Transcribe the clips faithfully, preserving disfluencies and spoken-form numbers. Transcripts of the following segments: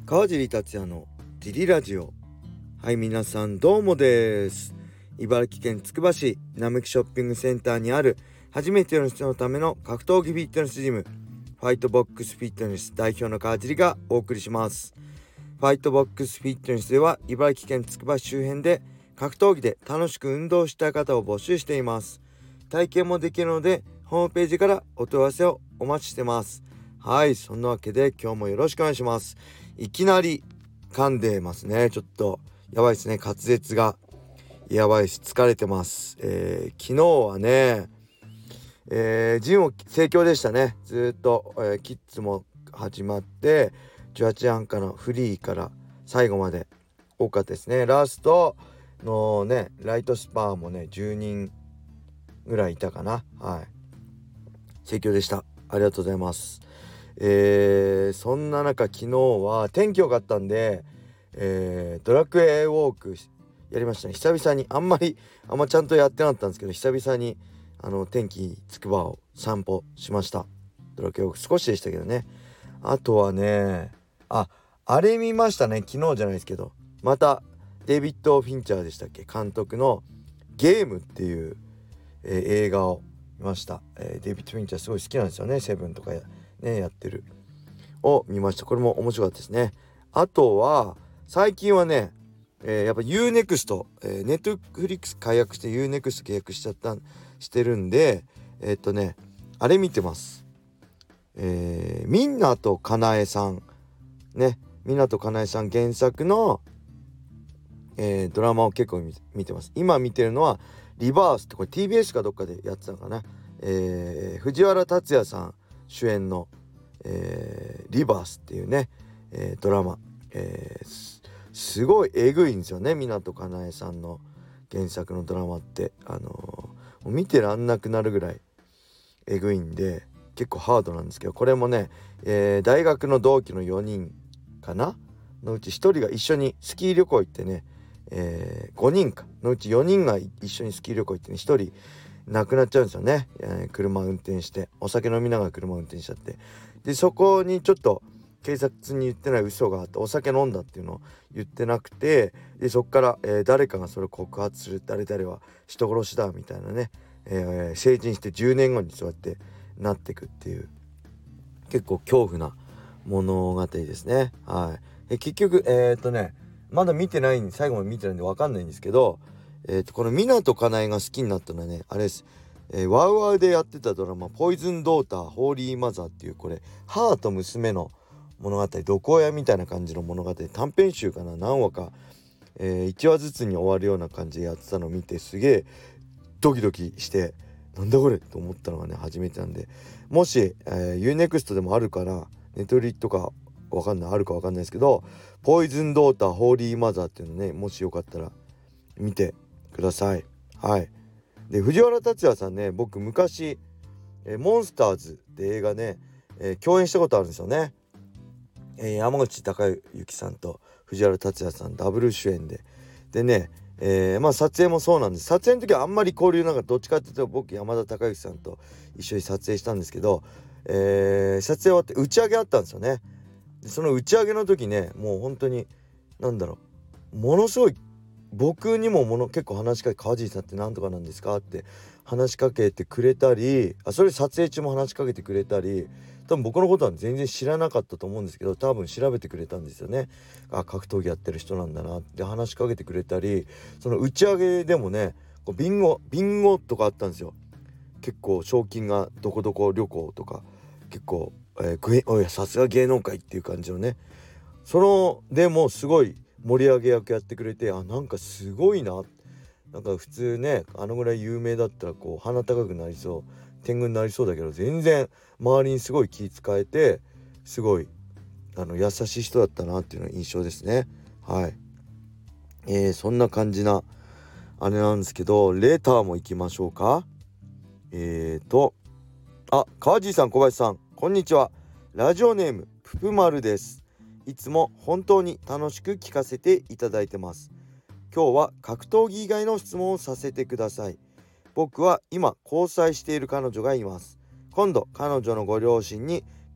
川尻達也のジリラジオ。はい、皆さんどうもです。茨城県つくば市並木ショッピングセンターにある初めての人のための格闘技フィットネスジム、ファイトボックスフィットネス代表の川尻がお送りします。ファイトボックスフィットネスでは茨城県つくば市周辺で格闘技で楽しく運動したい方を募集しています。体験もできるのでホームページからお問い合わせをお待ちしてます。はい、そんなわけで今日もよろしくお願いします。いきなり噛んでますね。ちょっとやばいですね。滑舌がやばいし疲れてます。えー、昨日はね、えー、ジムも盛況でしたね。ずっと、えー、キッズも始まってじゅうはちじはんからのフリーから最後まで多かったですね。ラストのねライトスパーもねじゅうにんぐらいいたかな。はい、盛況でした。ありがとうございます。えー、そんな中昨日は天気良かったんで、えー、ドラクエウォークやりましたね。久々にあんまりあんまちゃんとやってなかったんですけど、久々にあの天気つくばを散歩しました。ドラクエウォーク少しでしたけどね。あとはねああれ見ましたね。昨日じゃないですけど、またデイビッド・フィンチャーでしたっけ、監督のゲームっていう、えー、映画を見ました。えー、デイビッド・フィンチャーすごい好きなんですよね。セブンとかやね、やってるを見ました。これも面白かったですね。あとは最近はね、えー、やっぱ ユーネクスト、えー、ネットフリックス解約して ユーネクスト契約しちゃったしてるんで、えー、っとねあれ見てます。えー、みんなとかなえさんね、みんなとかなえさん原作の、えー、ドラマを結構見てます。今見てるのはリバースって、これ ティービーエス かどっかでやってたのかな。えー、藤原竜也さん主演の、えー、リバースっていうね、えー、ドラマ、えー、す, すごいえぐいんですよね。湊かなえさんの原作のドラマって、あのー、もう見てらんなくなるぐらいえぐいんで結構ハードなんですけど、これもね、えー、大学の同期のよにんかなのうちひとりが一緒にスキー旅行行ってね、えー、ごにんかのうちよにんが一緒にスキー旅行行ってね、ひとり亡くなっちゃうんですよね。えー、車運転してお酒飲みながら車運転しちゃって、でそこにちょっと警察に言ってない嘘があって、お酒飲んだっていうのを言ってなくて、でそこから、えー、誰かがそれを告発する、誰々は人殺しだみたいなね、えー、成人してじゅうねんごにそうやってなってくっていう結構恐怖な物語ですね。はい。で結局えー、っとねまだ見てないんで、最後まで見てないんで分かんないんですけど、えー、とこの湊かなえが好きになったのはね、あれです、えー、ワウワウでやってたドラマポイズンドーターホーリーマザーっていう、これ母と娘の物語、毒親みたいな感じの物語、短編集かな、何話か、えー、いちわずつに終わるような感じでやってたのを見て、すげえドキドキしてなんだこれと思ったのがね初めてなんで、もし、えー、ユーネクストでもあるからネットリとかわかんないあるかわかんないですけど、ポイズンドーターホーリーマザーっていうのね、もしよかったら見てください。はい。で藤原竜也さんね、僕昔、えー、モンスターズって映画ね、えー、共演したことあるんですよね。えー、山口孝之さんと藤原竜也さんダブル主演で、でね、えー、まあ撮影もそうなんです。撮影の時はあんまり交流なんか、どっちかっていうと僕山田孝之さんと一緒に撮影したんですけど、えー、撮影終わって打ち上げあったんですよね。でその打ち上げの時ね、もう本当になんだろう、ものすごい僕にももの結構話しかけ、川尻さんってなんとかなんですかって話しかけてくれたり、あそれ撮影中も話しかけてくれたり、多分僕のことは全然知らなかったと思うんですけど、多分調べてくれたんですよね。あ、格闘技やってる人なんだなって話しかけてくれたり、その打ち上げでもね、こうビンゴビンゴとかあったんですよ。結構賞金がどこどこ旅行とか、結構、えー、グイおいさすが芸能界っていう感じのね、そのでもすごい盛り上げ役やってくれて、あ、なんかすごいな、なんか普通ねあのぐらい有名だったらこう鼻高くなりそう、天狗になりそうだけど、全然周りにすごい気遣えて、すごいあの優しい人だったなっていうのが印象ですね。はい。えー、そんな感じなあれなんですけど、レターも行きましょうか。えーとあ、川尻さん、小林さん、こんにちは。ラジオネームププマルです。いつも本当に楽しく聞かせていただいてます。今日は格闘技以外の質問をさせてください。僕は今交際している彼女がいます。今度彼女のご両親に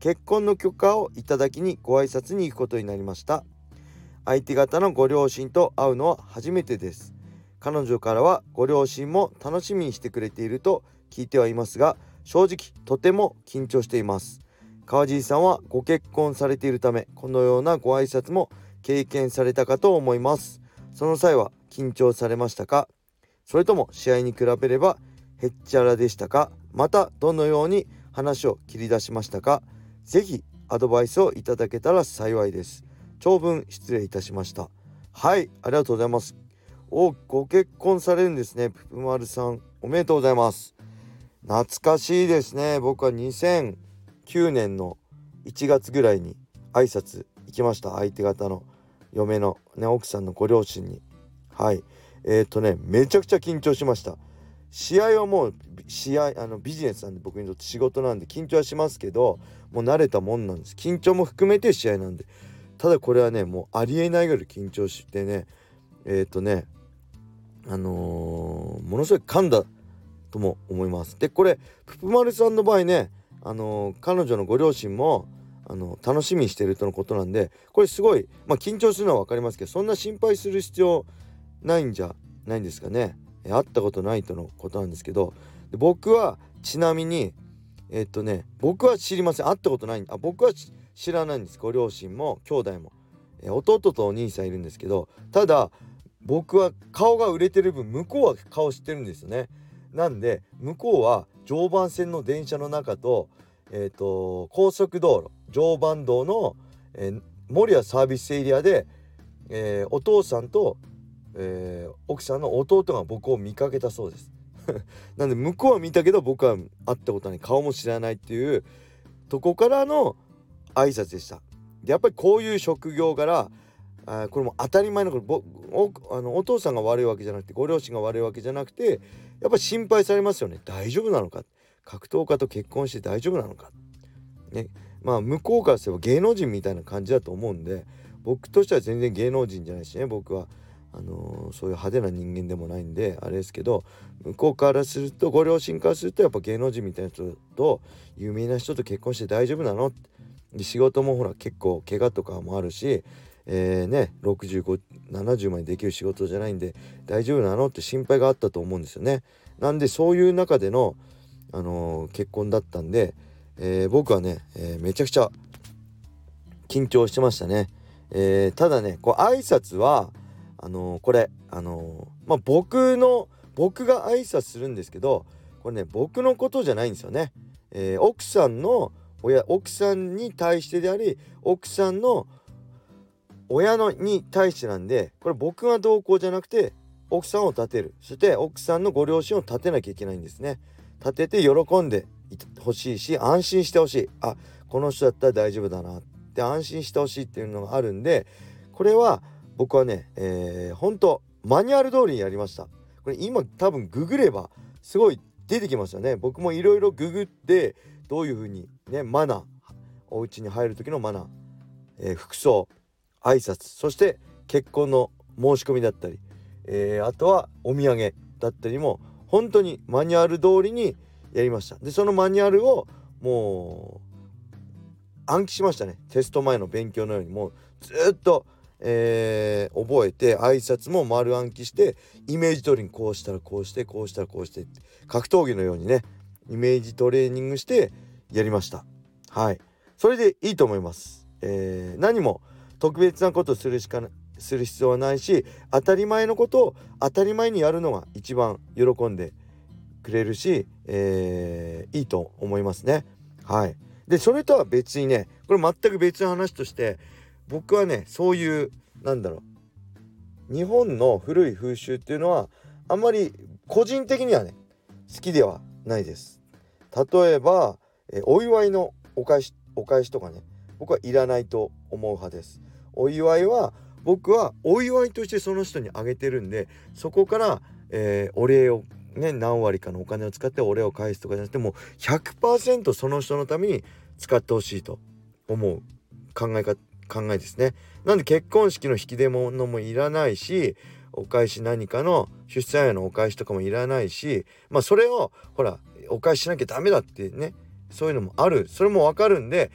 結婚の許可をいただきにご挨拶に行くことになりました。相手方のご両親と会うのは初めてです。彼女からはご両親も楽しみにしてくれていると聞いてはいますが、正直とても緊張しています。川尻さんはご結婚されているため、このようなご挨拶も経験されたかと思います。その際は緊張されましたか？それとも試合に比べればへっちゃらでしたか？またどのように話を切り出しましたか？ぜひアドバイスをいただけたら幸いです。長文失礼いたしました。はい、ありがとうございます。お、ご結婚されるんですね。ぷぷまるさん、おめでとうございます。懐かしいですね。僕はにせんきゅうねんのいちがつぐらいに挨拶行きました。相手方の嫁のね、奥さんのご両親に。はい、えーとねめちゃくちゃ緊張しました。試合はもう試合あのビジネスなんで、僕にとって仕事なんで緊張はしますけど、もう慣れたもんなんです。緊張も含めて試合なんで。ただこれはね、もうありえないぐらい緊張してね、えーとねあのー、ものすごい噛んだとも思います。でこれぷぷまるさんの場合ね、あのー、彼女のご両親もあの楽しみにしているとのことなんで、これすごい、まあ、緊張するのは分かりますけど、そんな心配する必要ないんじゃないんですかね。会ったことないとのことなんですけど、で僕はちなみにえー、っとね僕は知りません。会ったことない。あ僕は知らないんです。ご両親も兄弟も、えー、弟とお兄さんいるんですけど、ただ僕は顔が売れてる分向こうは顔知ってるんですよね。なんで向こうは常磐線の電車の中と、えー、と高速道路常磐道の、えー、守谷サービスエリアで、えー、お父さんと、えー、奥さんの弟が僕を見かけたそうですなんで向こうは見たけど僕は会ったことない、顔も知らないっていうとこからの挨拶でした。でやっぱりこういう職業柄、あこれも当たり前のことおあのお父さんが悪いわけじゃなくて、ご両親が悪いわけじゃなくて、やっぱり心配されますよね。大丈夫なのか、格闘家と結婚して大丈夫なのかね。まあ向こうからすれば芸能人みたいな感じだと思うんで、僕としては全然芸能人じゃないしね、僕はあのー、そういう派手な人間でもないんであれですけど、向こうからすると、ご両親からするとやっぱ芸能人みたいな人と有名な人と結婚して大丈夫なの？で仕事もほら結構怪我とかもあるし、えーね、ろくじゅうご、ななじゅうまでできる仕事じゃないんで大丈夫なのって心配があったと思うんですよね。なんでそういう中での、あのー、結婚だったんで、えー、僕はね、えー、めちゃくちゃ緊張してましたね。えー、ただねこう挨拶はあのー、これあのー、まあ僕の僕が挨拶するんですけど、これね僕のことじゃないんですよね。えー、奥さんの親奥さんに対してであり、奥さんの親のに対してなんで、これ僕がどうこうじゃなくて奥さんを立てる、そして奥さんのご両親を立てなきゃいけないんですね。立てて喜んでほしいし、安心してほしい、あこの人だったら大丈夫だなって安心してほしいっていうのがあるんで、これは僕はね、えー、本当マニュアル通りにやりました。これ今多分ググればすごい出てきますよね。僕もいろいろググってどういう風にね、マナー、お家に入る時のマナー、えー、服装、挨拶、そして結婚の申し込みだったり、えー、あとはお土産だったりも本当にマニュアル通りにやりました。でそのマニュアルをもう暗記しましたね。テスト前の勉強のようにもうずっと、えー、覚えて、挨拶も丸暗記してイメージ通りにこうしたらこうしてこうしたらこうしてって格闘技のようにね、イメージトレーニングしてやりました。はい、それでいいと思います。えー、何も特別なことするしかする必要はないし、当たり前のことを当たり前にやるのが一番喜んでくれるし、えー、いいと思いますね。はい。でそれとは別にね、これ全く別の話として、僕はねそういうなんだろう、日本の古い風習っていうのはあんまり個人的にはね好きではないです。例えば、えー、お祝いのお返しお返しとかね、僕はいらないと思う派です。お祝いは僕はお祝いとしてその人にあげてるんで、そこから、えー、お礼をね、何割かのお金を使ってお礼を返すとかじゃなくて、もう ひゃくパーセント その人のために使ってほしいと思う考えか考えですね。なんで結婚式の引き出物もいらないし、お返し何かの出産へのお返しとかもいらないし、まあそれをほらお返ししなきゃダメだってね、そういうのもある、それもわかるんで、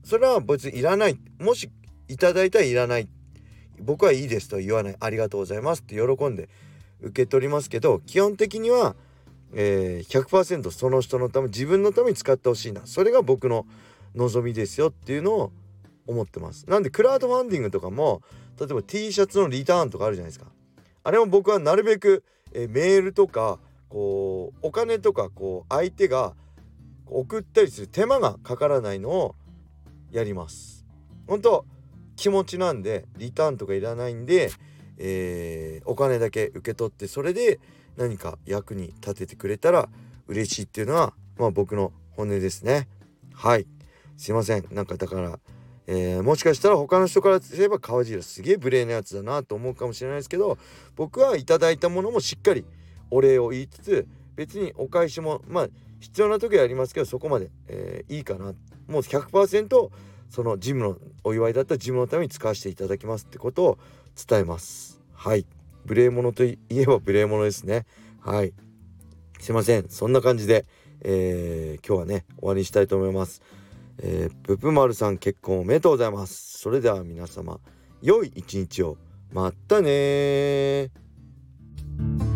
それは別にいらない、もしいただいたらいらない、僕はいいですとは言わない、ありがとうございますって喜んで受け取りますけど、基本的には、えー、ひゃくパーセント その人のため、自分のために使ってほしいな、それが僕の望みですよっていうのを思ってます。なんでクラウドファンディングとかも、例えば T シャツのリターンとかあるじゃないですか。あれも僕はなるべく、えー、メールとかこうお金とかこう相手が送ったりする手間がかからないのをやります。本当気持ちなんで、リターンとかいらないんで、えー、お金だけ受け取って、それで何か役に立ててくれたら嬉しいっていうのは、まあ僕の本音ですね。はい、すいません。なんかだから、えー、もしかしたら他の人からすれば川尻すげえ無礼なやつだなと思うかもしれないですけど、僕はいただいたものもしっかりお礼を言いつつ、別にお返しもまあ必要な時はありますけど、そこまで、えー、いいかな、もう ひゃくパーセント そのジムのお祝いだったらジムのために使わせていただきますってことを伝えます。はい、無礼者といえば無礼者ですね。はい、すいません。そんな感じで、えー、今日はね終わりにしたいと思います。えー、ぷぷまるさん結婚おめでとうございます。それでは皆様良い一日を。またねー。